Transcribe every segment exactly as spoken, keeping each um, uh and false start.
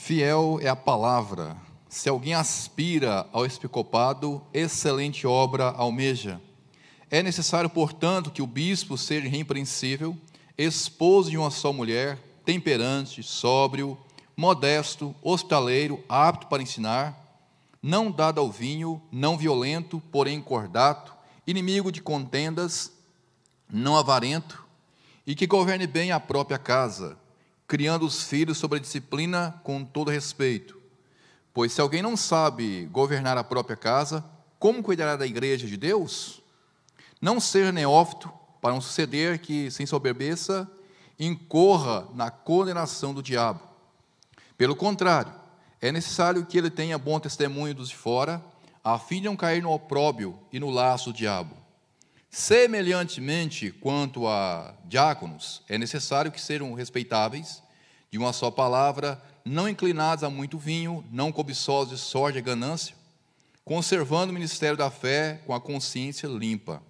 Fiel é a palavra. Se alguém aspira ao episcopado, excelente obra almeja. É necessário, portanto, que o bispo seja irrepreensível, esposo de uma só mulher, temperante, sóbrio, modesto, hospitaleiro, apto para ensinar, não dado ao vinho, não violento, porém cordato, inimigo de contendas, não avarento, e que governe bem a própria casa, criando os filhos sob a disciplina com todo respeito. Pois se alguém não sabe governar a própria casa, como cuidará da igreja de Deus? Não seja neófito, para não suceder que se ensoberbeça, incorra na condenação do diabo. Pelo contrário, é necessário que ele tenha bom testemunho dos de fora, a fim de não cair no opróbrio e no laço do diabo. Semelhantemente, quanto a diáconos, é necessário que sejam respeitáveis, de uma só palavra, não inclinados a muito vinho, não cobiçosos de sorte e ganância, conservando o ministério da fé com a consciência limpa.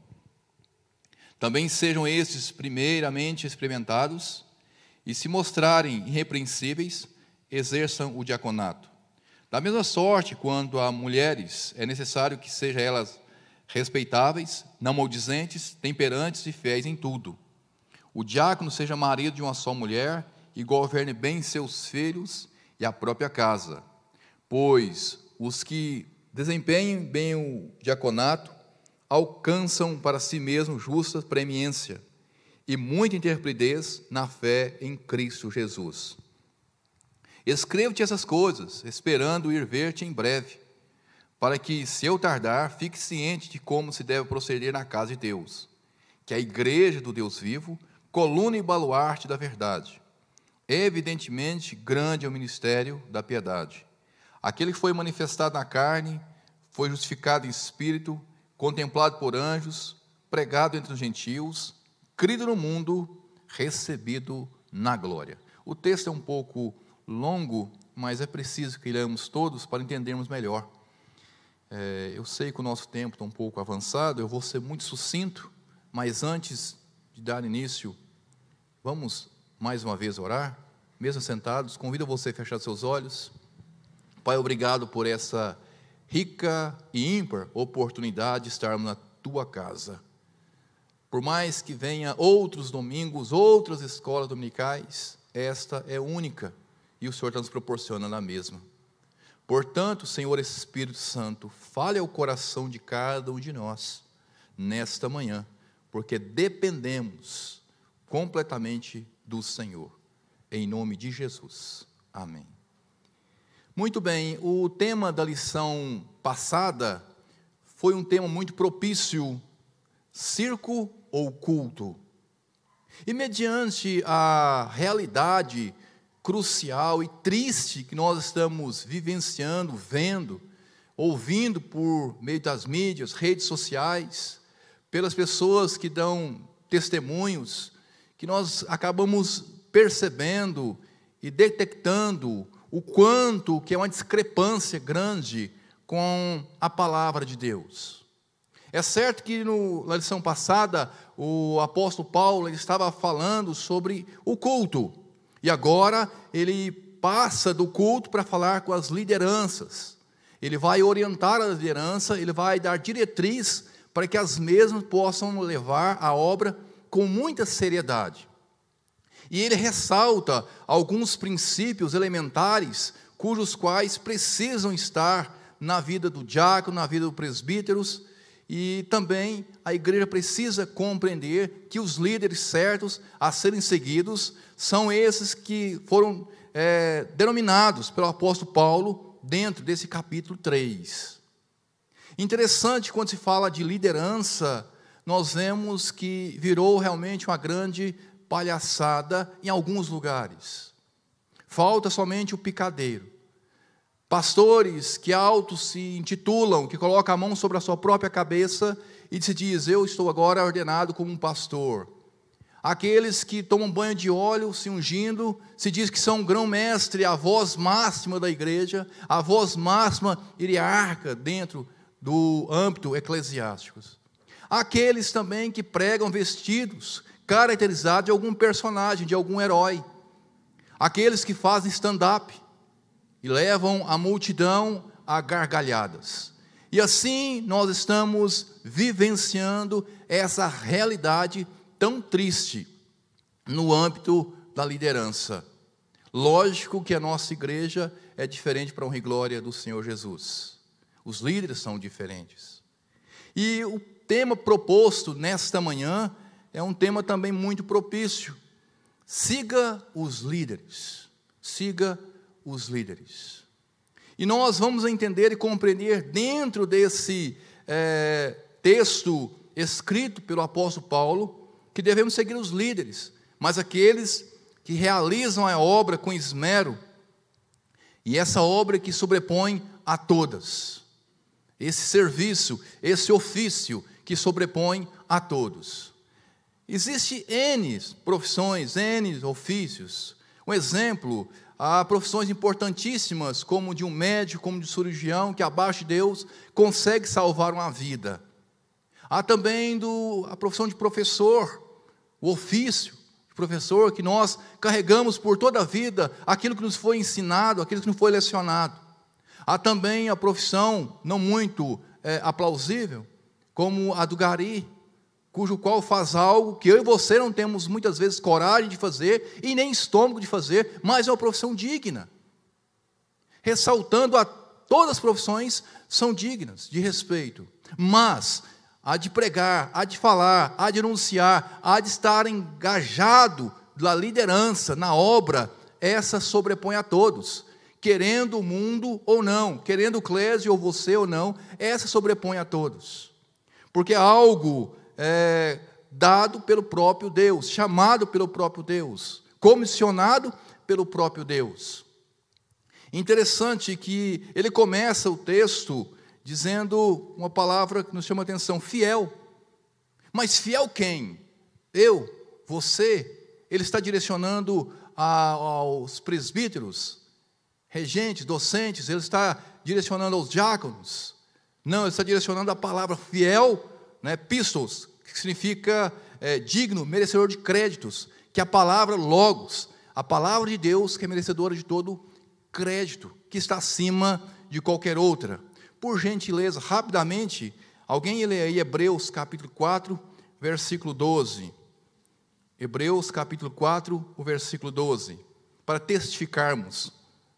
Também sejam estes primeiramente experimentados, e se mostrarem irrepreensíveis, exerçam o diaconato. Da mesma sorte, quanto a mulheres, é necessário que sejam elas respeitáveis, não maldizentes, temperantes e fiéis em tudo. O diácono seja marido de uma só mulher e governe bem seus filhos e a própria casa, pois os que desempenhem bem o diaconato alcançam para si mesmos justa preeminência e muita intrepidez na fé em Cristo Jesus. Escrevo-te essas coisas, esperando ir ver-te em breve, para que, se eu tardar, fique ciente de como se deve proceder na casa de Deus, que é a igreja do Deus vivo, coluna e baluarte da verdade. Evidentemente, grande é o ministério da piedade. Aquele que foi manifestado na carne, foi justificado em espírito, contemplado por anjos, pregado entre os gentios, crido no mundo, recebido na glória. O texto é um pouco longo, mas é preciso que leiamos todos para entendermos melhor. É, eu sei que o nosso tempo está um pouco avançado, eu vou ser muito sucinto, mas antes de dar início, vamos mais uma vez orar, mesmo sentados. Convido você a fechar seus olhos. Pai, obrigado por essa rica e ímpar oportunidade de estarmos na tua casa. Por mais que venha outros domingos, outras escolas dominicais, esta é única e o Senhor está nos proporcionando a mesma. Portanto, Senhor Espírito Santo, fale ao coração de cada um de nós nesta manhã, porque dependemos completamente do Senhor. Em nome de Jesus. Amém. Muito bem, o tema da lição passada foi um tema muito propício, circo ou culto. E mediante a realidade crucial e triste que nós estamos vivenciando, vendo, ouvindo por meio das mídias, redes sociais, pelas pessoas que dão testemunhos, que nós acabamos percebendo e detectando o quanto que é uma discrepância grande com a palavra de Deus. É certo que no, na lição passada o apóstolo Paulo ele estava falando sobre o culto, e agora ele passa do culto para falar com as lideranças. Ele vai orientar a liderança, ele vai dar diretriz para que as mesmas possam levar a obra com muita seriedade. E ele ressalta alguns princípios elementares, cujos quais precisam estar na vida do diácono, na vida dos presbíteros, e também a igreja precisa compreender que os líderes certos a serem seguidos são esses que foram é, denominados pelo apóstolo Paulo dentro desse capítulo três. Interessante, quando se fala de liderança, nós vemos que virou realmente uma grande palhaçada em alguns lugares. Falta somente o picadeiro. Pastores que autos se intitulam, que colocam a mão sobre a sua própria cabeça e se diz, eu estou agora ordenado como um pastor. Aqueles que tomam banho de óleo, se ungindo, se diz que são grão-mestre, a voz máxima da igreja, a voz máxima hierárquica dentro do âmbito eclesiástico. Aqueles também que pregam vestidos, caracterizados de algum personagem, de algum herói. Aqueles que fazem stand-up. e levam a multidão a gargalhadas. E assim nós estamos vivenciando essa realidade tão triste no âmbito da liderança. Lógico que a nossa igreja é diferente para a honra e glória do Senhor Jesus. Os líderes são diferentes. E o tema proposto nesta manhã é um tema também muito propício. Siga os líderes. Siga os líderes. E nós vamos entender e compreender dentro desse é, texto escrito pelo apóstolo Paulo, que devemos seguir os líderes, mas aqueles que realizam a obra com esmero, e essa obra que sobrepõe a todas, esse serviço, esse ofício que sobrepõe a todos. Existem N profissões, N ofícios. Um exemplo, há profissões importantíssimas, como de um médico, como de cirurgião, que abaixo de Deus consegue salvar uma vida. Há também do, a profissão de professor, o ofício de professor, que nós carregamos por toda a vida aquilo que nos foi ensinado, aquilo que nos foi lecionado. Há também a profissão não muito é, aplausível, como a do gari, cujo qual faz algo que eu e você não temos muitas vezes coragem de fazer e nem estômago de fazer, mas é uma profissão digna. Ressaltando a todas as profissões são dignas de respeito, mas há de pregar, há de falar, há de anunciar, há de estar engajado na liderança, na obra, essa sobrepõe a todos, querendo o mundo ou não, querendo o clésio ou você ou não, essa sobrepõe a todos, porque é algo É, dado pelo próprio Deus, chamado pelo próprio Deus, comissionado pelo próprio Deus. Interessante que ele começa o texto dizendo uma palavra que nos chama a atenção, fiel. Mas fiel quem? Eu? Você? Ele está direcionando a, aos presbíteros, regentes, docentes, ele está direcionando aos diáconos. Não, ele está direcionando a palavra fiel, né, pistos, que significa é, digno, merecedor de créditos, que a palavra logos, a palavra de Deus, que é merecedora de todo crédito, que está acima de qualquer outra. Por gentileza, rapidamente, alguém lê aí Hebreus capítulo quatro, versículo doze. Hebreus capítulo quatro, o versículo doze, para testificarmos.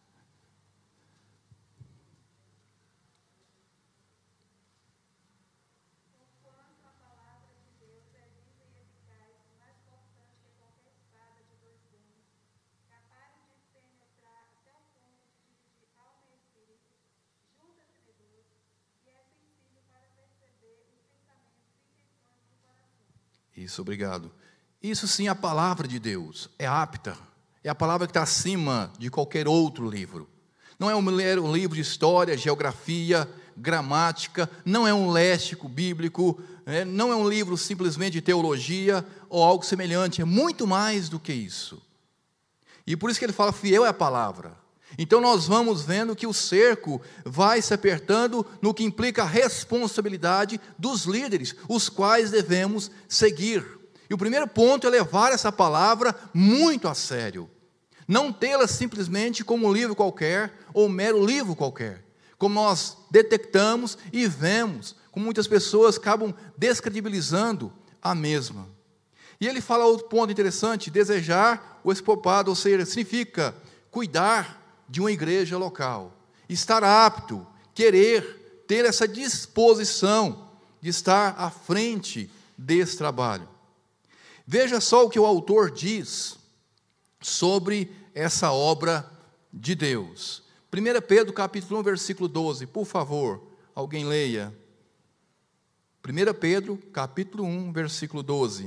Isso, obrigado. Isso sim é a palavra de Deus, é apta, é a palavra que está acima de qualquer outro livro. Não é um livro de história, geografia, gramática, não é um léxico bíblico, é, não é um livro simplesmente de teologia ou algo semelhante, é muito mais do que isso. E por isso que ele fala, fiel é a palavra. Então nós vamos vendo que o cerco vai se apertando no que implica a responsabilidade dos líderes, os quais devemos seguir. E o primeiro ponto é levar essa palavra muito a sério. Não tê-la simplesmente como um livro qualquer, ou um mero livro qualquer. Como nós detectamos e vemos, como muitas pessoas acabam descredibilizando a mesma. E ele fala outro ponto interessante, desejar o expopado, ou seja, significa cuidar de uma igreja local, estar apto, querer, ter essa disposição de estar à frente desse trabalho. Veja só o que o autor diz sobre essa obra de Deus. primeiro Pedro capítulo um, versículo doze, por favor, alguém leia. primeiro Pedro capítulo um, versículo doze.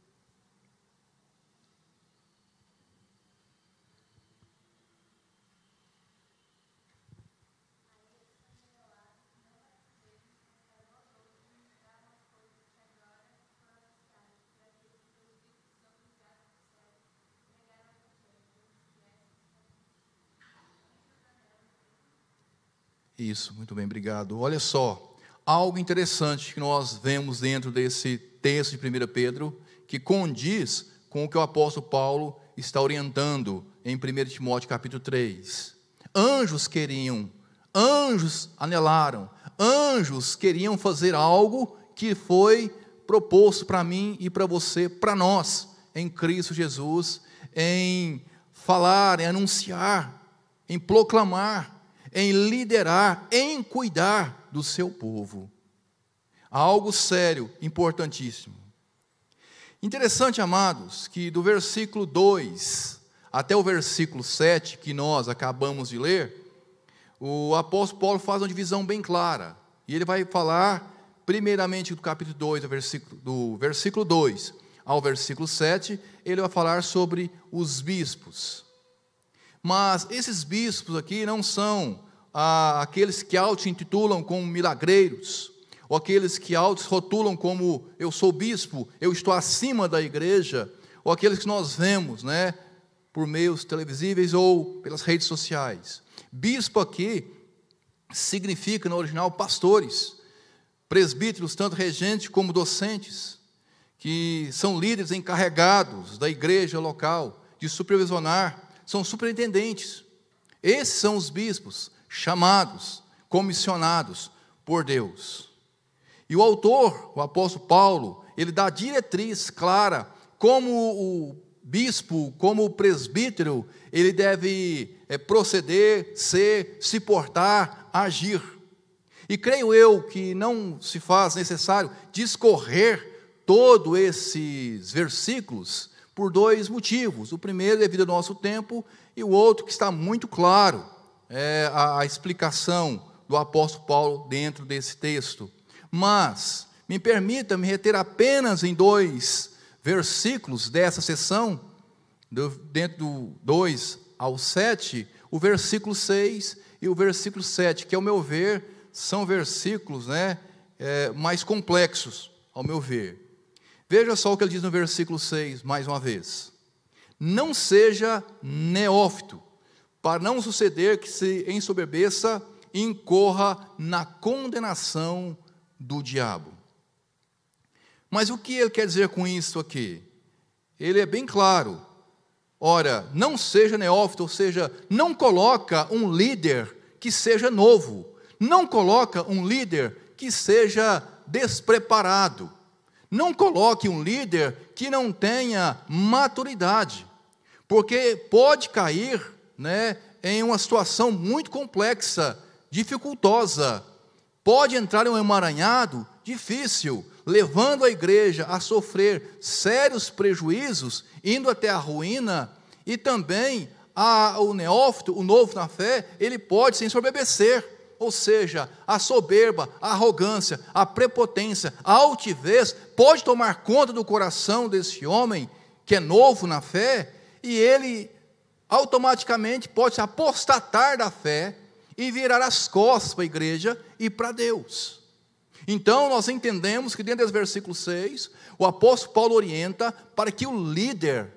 Isso, muito bem, obrigado. Olha só, algo interessante que nós vemos dentro desse texto de primeiro Pedro, que condiz com o que o apóstolo Paulo está orientando em primeiro Timóteo capítulo três. Anjos queriam, anjos anelaram, anjos queriam fazer algo que foi proposto para mim e para você, para nós, em Cristo Jesus, em falar, em anunciar, em proclamar, em liderar, em cuidar do seu povo. Algo sério, importantíssimo. Interessante, amados, que do versículo dois até o versículo sete, que nós acabamos de ler, o apóstolo Paulo faz uma divisão bem clara. E ele vai falar, primeiramente, do capítulo dois, do versículo, do versículo dois ao versículo sete, ele vai falar sobre os bispos. Mas esses bispos aqui não são ah, aqueles que auto-intitulam como milagreiros, ou aqueles que auto-rotulam como eu sou bispo, eu estou acima da igreja, ou aqueles que nós vemos, né, por meios televisíveis ou pelas redes sociais. Bispo aqui significa, no original, pastores, presbíteros, tanto regentes como docentes, que são líderes encarregados da igreja local, de supervisionar, são superintendentes. Esses são os bispos, chamados, comissionados por Deus. E o autor, o apóstolo Paulo, ele dá diretriz clara, como o bispo, como o presbítero, ele deve é, proceder, ser, se portar, agir. E creio eu que não se faz necessário discorrer todos esses versículos por dois motivos. O primeiro, devido ao nosso tempo, e o outro, que está muito claro, é a, a explicação do apóstolo Paulo dentro desse texto. Mas, me permita me reter apenas em dois versículos dessa sessão, do, dentro do dois ao sete, o versículo seis e o versículo sete, que, ao meu ver, são versículos, né, é, mais complexos, ao meu ver. Veja só o que ele diz no versículo seis, mais uma vez. Não seja neófito, para não suceder que se ensoberbeça e incorra na condenação do diabo. Mas o que ele quer dizer com isso aqui? Ele é bem claro. Ora, não seja neófito, ou seja, não coloca um líder que seja novo, não coloca um líder que seja despreparado, não coloque um líder que não tenha maturidade, porque pode cair, né, em uma situação muito complexa, dificultosa, pode entrar em um emaranhado difícil, levando a igreja a sofrer sérios prejuízos, indo até a ruína, e também a, o neófito, o novo na fé, ele pode se ensoberbecer, ou seja, a soberba, a arrogância, a prepotência, a altivez, pode tomar conta do coração desse homem, que é novo na fé, e ele automaticamente pode se apostatar da fé, e virar as costas para a igreja e para Deus. Então, nós entendemos que dentro desse versículo seis, o apóstolo Paulo orienta para que o líder,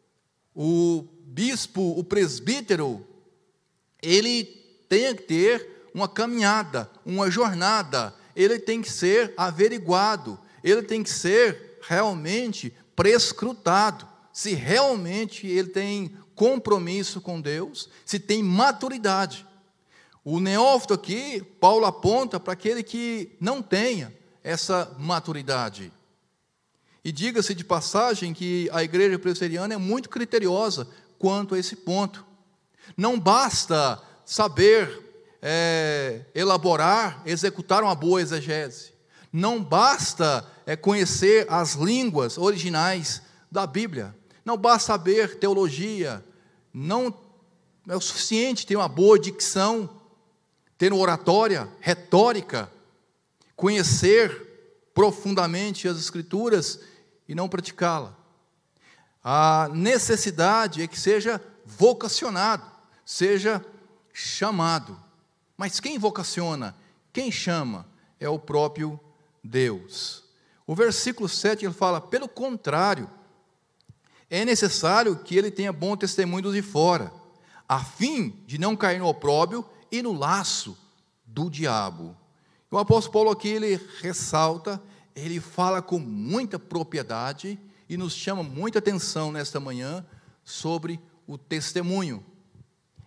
o bispo, o presbítero, ele tenha que ter uma caminhada, uma jornada, ele tem que ser averiguado, ele tem que ser realmente prescrutado, se realmente ele tem compromisso com Deus, se tem maturidade. O neófito aqui, Paulo aponta para aquele que não tenha essa maturidade. E diga-se de passagem que a igreja presbiteriana é muito criteriosa quanto a esse ponto. Não basta saber é, elaborar, executar uma boa exegese. Não basta é, conhecer as línguas originais da Bíblia. Não basta saber teologia. Não é o suficiente ter uma boa dicção, ter uma oratória, retórica, conhecer profundamente as Escrituras e não praticá-la. A necessidade é que seja vocacionado, seja chamado. Mas quem vocaciona, quem chama, é o próprio Deus. O versículo sete ele fala, pelo contrário, é necessário que ele tenha bom testemunho dos de fora, a fim de não cair no opróbrio e no laço do diabo. O apóstolo Paulo aqui, ele ressalta, ele fala com muita propriedade e nos chama muita atenção nesta manhã sobre o testemunho.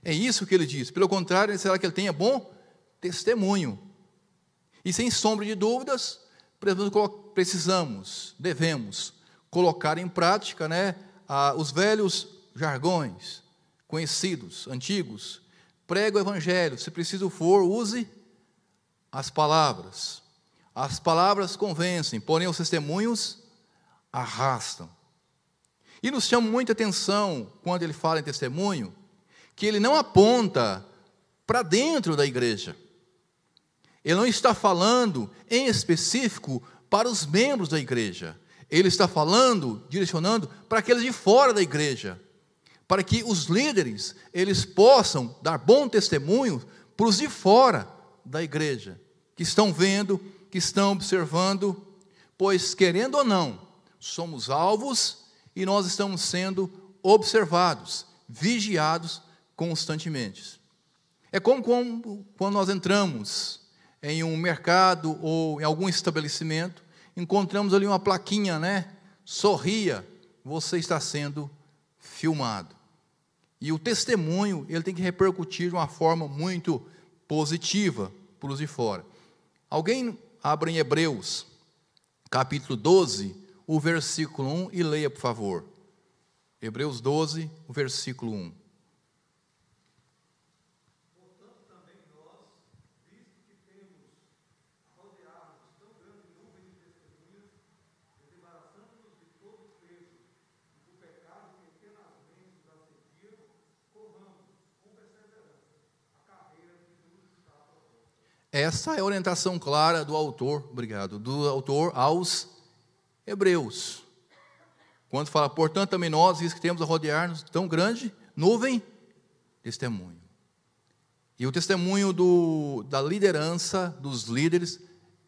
É isso que ele diz. Pelo contrário, será que ele tenha bom testemunho. E sem sombra de dúvidas, precisamos, devemos colocar em prática, né, os velhos jargões conhecidos, antigos. Prega o evangelho, se preciso for, use as palavras. As palavras convencem, porém os testemunhos arrastam. E nos chama muita atenção, quando ele fala em testemunho, que ele não aponta para dentro da igreja. Ele não está falando em específico para os membros da igreja. Ele está falando, direcionando para aqueles de fora da igreja, para que os líderes, eles possam dar bom testemunho para os de fora da igreja, que estão vendo, que estão observando, pois, querendo ou não, somos alvos e nós estamos sendo observados, vigiados constantemente. É como quando nós entramos em um mercado ou em algum estabelecimento, encontramos ali uma plaquinha, né? Sorria, você está sendo filmado. E o testemunho, ele tem que repercutir de uma forma muito positiva para os de fora. Alguém abra em Hebreus, capítulo doze, o versículo um, e leia, por favor. Hebreus doze, o versículo um. Essa é a orientação clara do autor, obrigado, do autor aos Hebreus. Quando fala, portanto, também nós, visto que temos a rodear-nos tão grande nuvem, testemunho. E o testemunho do, da liderança, dos líderes,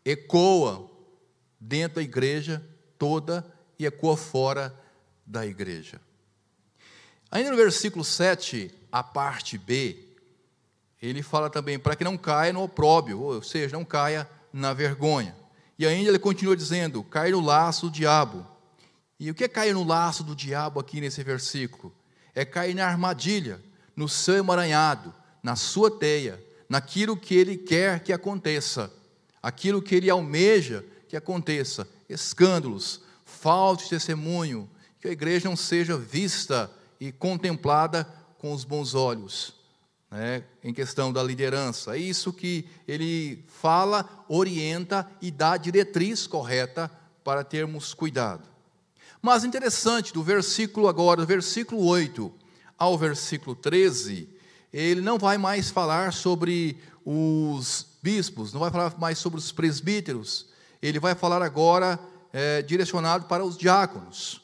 ecoa dentro da igreja toda e ecoa fora da igreja. Ainda no versículo sete, a parte B, ele fala também para que não caia no opróbio, ou seja, não caia na vergonha. E ainda ele continua dizendo, cair no laço do diabo. E o que é cair no laço do diabo aqui nesse versículo? É cair na armadilha, no seu emaranhado, na sua teia, naquilo que ele quer que aconteça, aquilo que ele almeja que aconteça, escândalos, falta de testemunho, que a igreja não seja vista e contemplada com os bons olhos. Né, em questão da liderança, é isso que ele fala, orienta e dá a diretriz correta para termos cuidado. Mas interessante, do versículo agora, do versículo oito ao versículo treze, ele não vai mais falar sobre os bispos, não vai falar mais sobre os presbíteros, ele vai falar agora é, direcionado para os diáconos.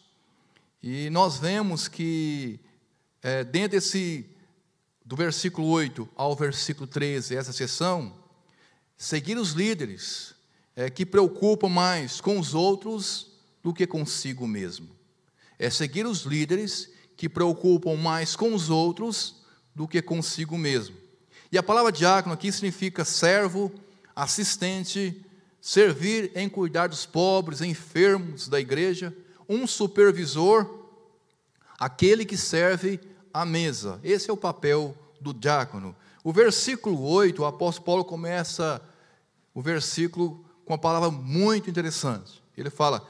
E nós vemos que é, dentro desse do versículo oito ao versículo treze, essa seção, seguir os líderes é, que preocupam mais com os outros do que consigo mesmo. É seguir os líderes que preocupam mais com os outros do que consigo mesmo. E a palavra diácono aqui significa servo, assistente, servir em cuidar dos pobres, enfermos da igreja, um supervisor, aquele que serve a mesa. Esse é o papel do diácono. O versículo oito, o apóstolo Paulo começa o versículo com uma palavra muito interessante. Ele fala,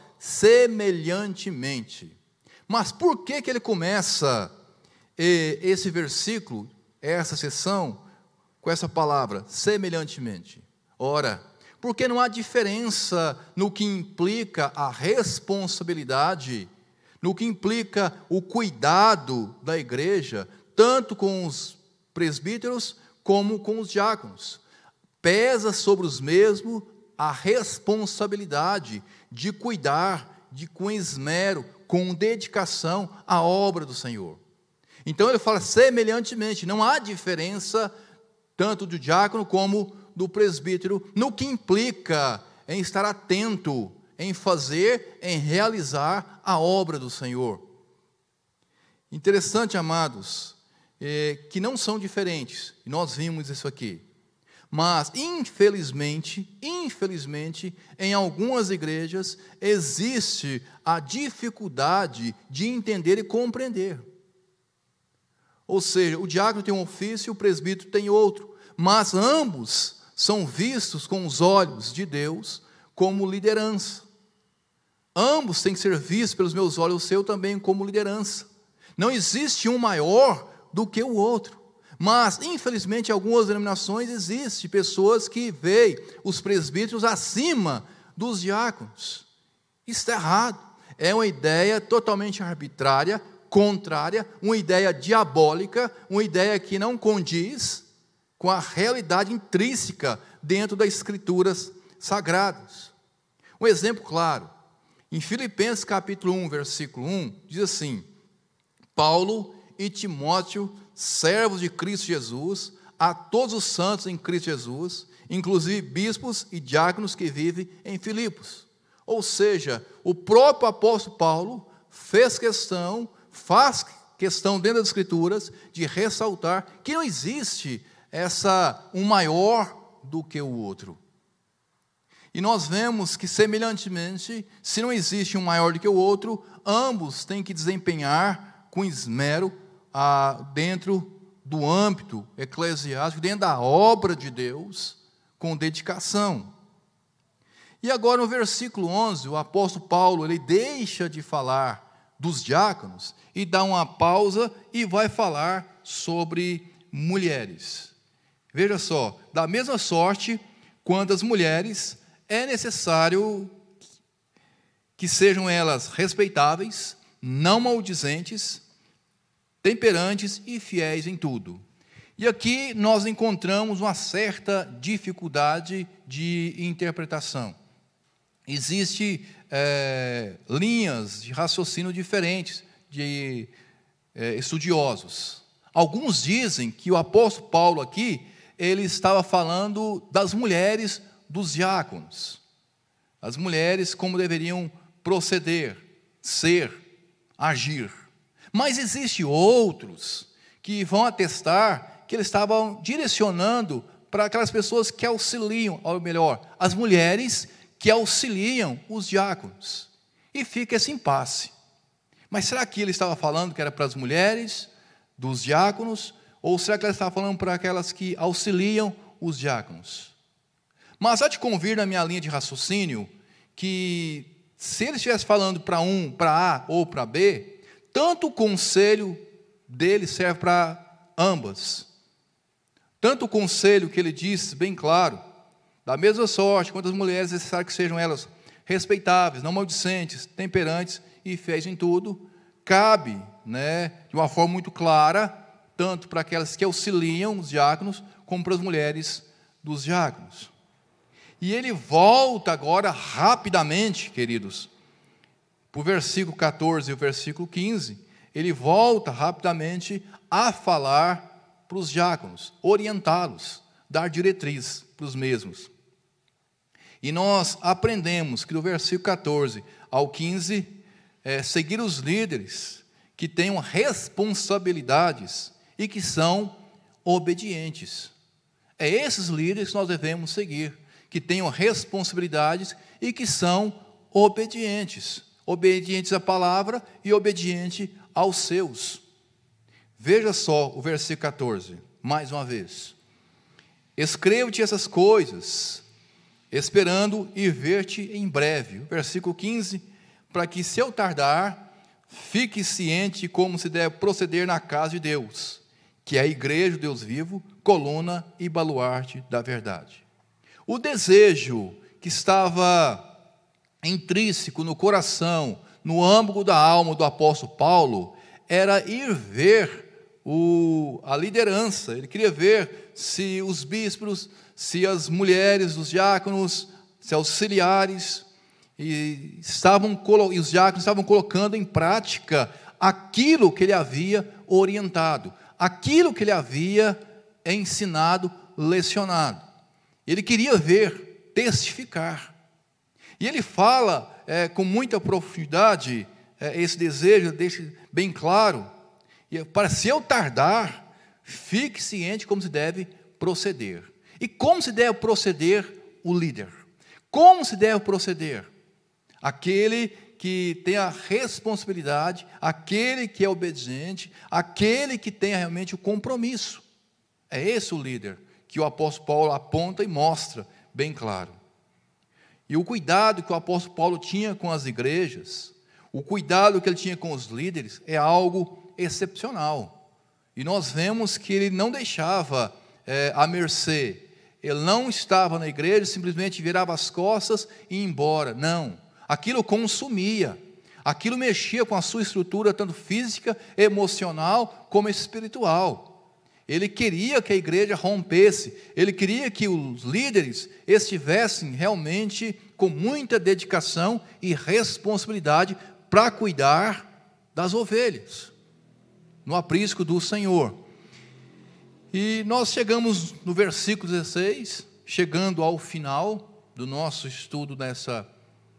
semelhantemente. Mas por que que ele começa eh, esse versículo, essa sessão, com essa palavra, semelhantemente? Ora, porque não há diferença no que implica a responsabilidade, no que implica o cuidado da igreja, tanto com os presbíteros como com os diáconos. Pesa sobre os mesmos a responsabilidade de cuidar, de com esmero, com dedicação à obra do Senhor. Então ele fala semelhantemente, não há diferença tanto do diácono como do presbítero, no que implica em estar atento, em fazer, em realizar a obra do Senhor. Interessante, amados, é, que não são diferentes, e nós vimos isso aqui, mas infelizmente, infelizmente, em algumas igrejas, existe a dificuldade de entender e compreender. Ou seja, o diácono tem um ofício e o presbítero tem outro, mas ambos são vistos com os olhos de Deus como liderança. Ambos têm que ser vistos pelos meus olhos, o seu também como liderança. Não existe um maior do que o outro. Mas, infelizmente, em algumas denominações existem pessoas que veem os presbíteros acima dos diáconos. Isso está errado. É uma ideia totalmente arbitrária, contrária, uma ideia diabólica, uma ideia que não condiz com a realidade intrínseca dentro das Escrituras Sagradas. Um exemplo claro, em Filipenses capítulo um, versículo um, diz assim: Paulo e Timóteo, servos de Cristo Jesus, a todos os santos em Cristo Jesus, inclusive bispos e diáconos que vivem em Filipos. Ou seja, o próprio apóstolo Paulo fez questão, faz questão dentro das Escrituras, de ressaltar que não existe essa, um maior do que o outro. E nós vemos que, semelhantemente, se não existe um maior do que o outro, ambos têm que desempenhar com esmero ah, dentro do âmbito eclesiástico, dentro da obra de Deus, com dedicação. E agora no versículo onze, o apóstolo Paulo, ele deixa de falar dos diáconos e dá uma pausa e vai falar sobre mulheres. Veja só, da mesma sorte, quanto as mulheres, é necessário que sejam elas respeitáveis, não maldizentes, temperantes e fiéis em tudo. E aqui nós encontramos uma certa dificuldade de interpretação. Existem é, linhas de raciocínio diferentes de é, estudiosos. Alguns dizem que o apóstolo Paulo aqui, ele estava falando das mulheres dos diáconos. As mulheres como deveriam proceder, ser, agir. Mas existem outros que vão atestar que eles estavam direcionando para aquelas pessoas que auxiliam, ou melhor, as mulheres que auxiliam os diáconos. E fica esse impasse. Mas será que ele estava falando que era para as mulheres dos diáconos? Ou será que ele estava falando para aquelas que auxiliam os diáconos? Mas há de convir na minha linha de raciocínio que, se ele estivesse falando para um, para A ou para B, tanto o conselho dele serve para ambas. Tanto o conselho que ele diz, bem claro, da mesma sorte, quanto as mulheres, é necessário que sejam elas respeitáveis, não maldicentes, temperantes e fiéis em tudo, cabe, né, de uma forma muito clara, tanto para aquelas que auxiliam os diáconos, como para as mulheres dos diáconos. E ele volta agora rapidamente, queridos, para o versículo catorze e o versículo quinze, ele volta rapidamente a falar para os diáconos, orientá-los, dar diretriz para os mesmos. E nós aprendemos que do versículo catorze ao quinze, é, seguir os líderes que tenham responsabilidades e que são obedientes. É esses líderes que nós devemos seguir, que tenham responsabilidades e que são obedientes. Obedientes à palavra e obedientes aos seus. Veja só o versículo catorze, mais uma vez. Escrevo-te essas coisas, esperando ir ver-te em breve. Versículo quinze, para que, se eu tardar, fique ciente como se deve proceder na casa de Deus, que é a igreja do Deus vivo, coluna e baluarte da verdade. O desejo que estava intrínseco no coração, no âmago da alma do apóstolo Paulo, era ir ver o, a liderança. Ele queria ver se os bispos, se as mulheres, os diáconos, se auxiliares, e, estavam, e os diáconos estavam colocando em prática aquilo que ele havia orientado, aquilo que ele havia ensinado, lecionado. Ele queria ver, testificar. E ele fala é, com muita profundidade, é, esse desejo, deixa bem claro, e para, se eu tardar, fique ciente como se deve proceder. E como se deve proceder o líder? Como se deve proceder? Aquele que tem a responsabilidade, aquele que é obediente, aquele que tem realmente o compromisso. É esse o líder que o apóstolo Paulo aponta e mostra bem claro. E o cuidado que o apóstolo Paulo tinha com as igrejas, o cuidado que ele tinha com os líderes, é algo excepcional. E nós vemos que ele não deixava é, à mercê. Ele não estava na igreja, simplesmente virava as costas e ia embora. Não. Aquilo consumia. Aquilo mexia com a sua estrutura, tanto física, emocional, como espiritual. Ele queria que a igreja rompesse. Ele queria que os líderes estivessem realmente com muita dedicação e responsabilidade para cuidar das ovelhas, no aprisco do Senhor. E nós chegamos no versículo dezesseis, chegando ao final do nosso estudo nessa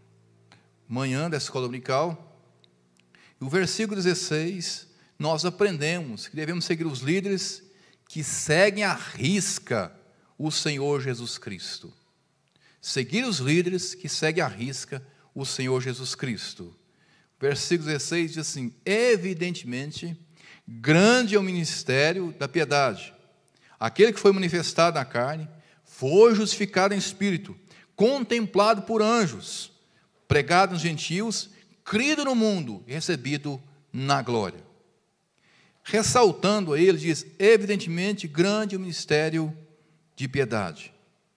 manhã da escola dominical. E o versículo dezesseis, nós aprendemos que devemos seguir os líderes que seguem à risca o Senhor Jesus Cristo. Seguir os líderes que seguem à risca o Senhor Jesus Cristo. Versículo dezesseis diz assim: evidentemente, grande é o ministério da piedade. Aquele que foi manifestado na carne, foi justificado em espírito, contemplado por anjos, pregado nos gentios, crido no mundo e recebido na glória. Ressaltando a ele, diz, evidentemente, grande é o ministério de piedade.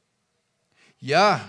E há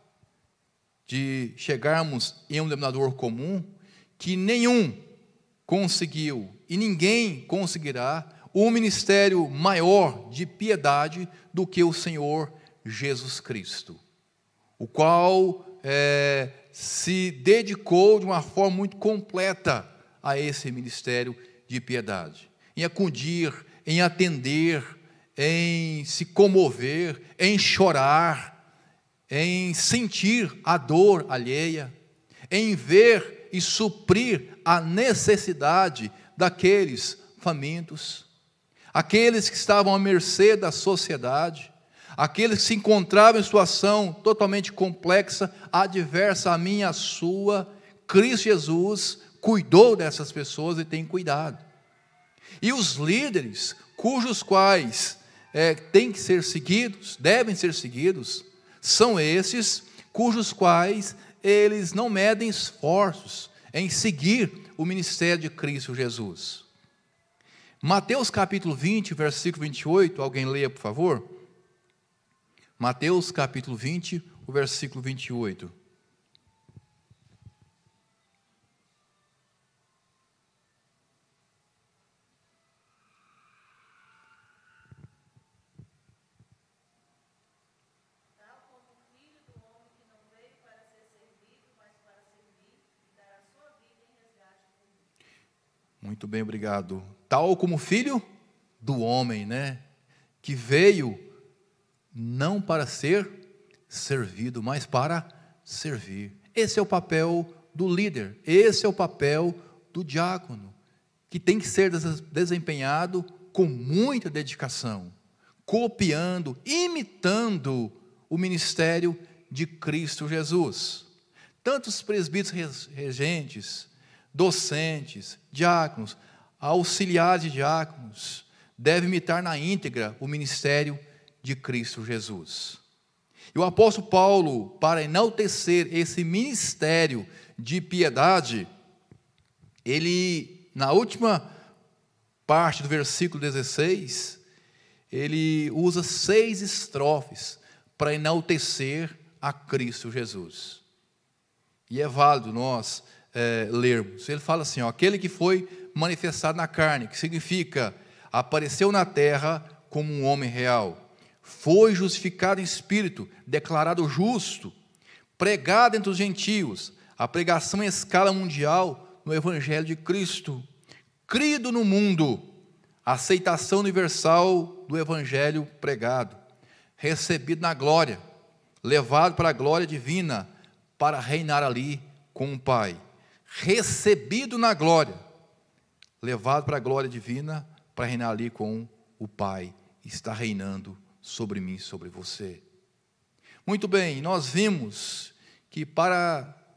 de chegarmos em um denominador comum que nenhum conseguiu e ninguém conseguirá um ministério maior de piedade do que o Senhor Jesus Cristo, o qual é, se dedicou de uma forma muito completa a esse ministério de piedade, em acudir, em atender, em se comover, em chorar, em sentir a dor alheia, em ver e suprir a necessidade daqueles famintos, aqueles que estavam à mercê da sociedade, aqueles que se encontravam em situação totalmente complexa, adversa a minha, a sua. Cristo Jesus cuidou dessas pessoas e tem cuidado. E os líderes, cujos quais é, têm que ser seguidos, devem ser seguidos, são esses cujos quais eles não medem esforços em seguir o ministério de Cristo Jesus. Mateus capítulo vinte, versículo vinte e oito, alguém leia, por favor? Mateus capítulo vinte, o versículo vinte e oito. Muito bem, obrigado. Tal como filho do homem, né? Que veio não para ser servido, mas para servir. Esse é o papel do líder, esse é o papel do diácono, que tem que ser desempenhado com muita dedicação, copiando, imitando o ministério de Cristo Jesus. Tanto os presbíteros regentes, docentes, diáconos, auxiliares de diáconos, devem imitar na íntegra o ministério de Cristo Jesus. E o apóstolo Paulo, para enaltecer esse ministério de piedade, ele, na última parte do versículo dezesseis, ele usa seis estrofes para enaltecer a Cristo Jesus. E é válido nós É, lermos. Ele fala assim, ó, aquele que foi manifestado na carne, que significa, apareceu na terra como um homem real, foi justificado em espírito, declarado justo, pregado entre os gentios, a pregação em escala mundial no evangelho de Cristo, crido no mundo, a aceitação universal do evangelho pregado, recebido na glória, levado para a glória divina, para reinar ali com o Pai. Recebido na glória, levado para a glória divina, para reinar ali com o Pai, está reinando sobre mim, sobre você. Muito bem, nós vimos que para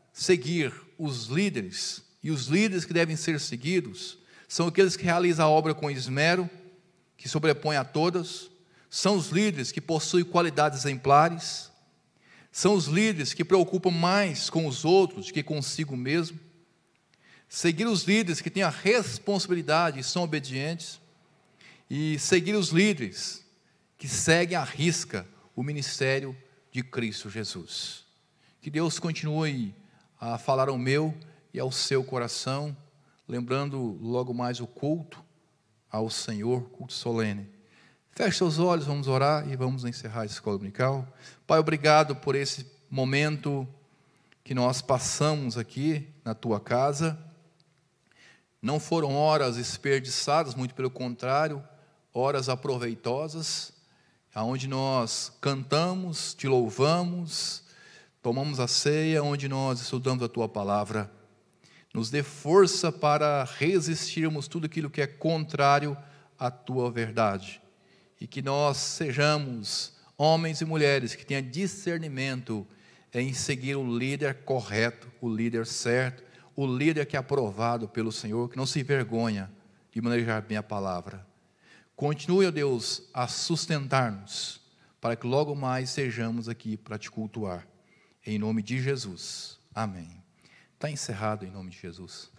seguir os líderes, e os líderes que devem ser seguidos são aqueles que realizam a obra com esmero, que sobrepõem a todas, são os líderes que possuem qualidades exemplares, são os líderes que preocupam mais com os outros do que consigo mesmo. Seguir os líderes que têm a responsabilidade e são obedientes, e seguir os líderes que seguem à risca o ministério de Cristo Jesus. Que Deus continue a falar ao meu e ao seu coração, lembrando logo mais o culto ao Senhor, culto solene. Feche seus olhos, vamos orar e vamos encerrar a escola dominical. Pai, obrigado por esse momento que nós passamos aqui na tua casa. Não foram horas desperdiçadas, muito pelo contrário, horas aproveitosas, onde nós cantamos, te louvamos, tomamos a ceia, onde nós estudamos a tua palavra. Nos dê força para resistirmos tudo aquilo que é contrário à tua verdade. E que nós sejamos homens e mulheres que tenham discernimento em seguir o líder correto, o líder certo, o líder que é aprovado pelo Senhor, que não se envergonha de manejar bem a palavra. Continue, ó Deus, a sustentar-nos, para que logo mais sejamos aqui para te cultuar. Em nome de Jesus. Amém. Está encerrado em nome de Jesus.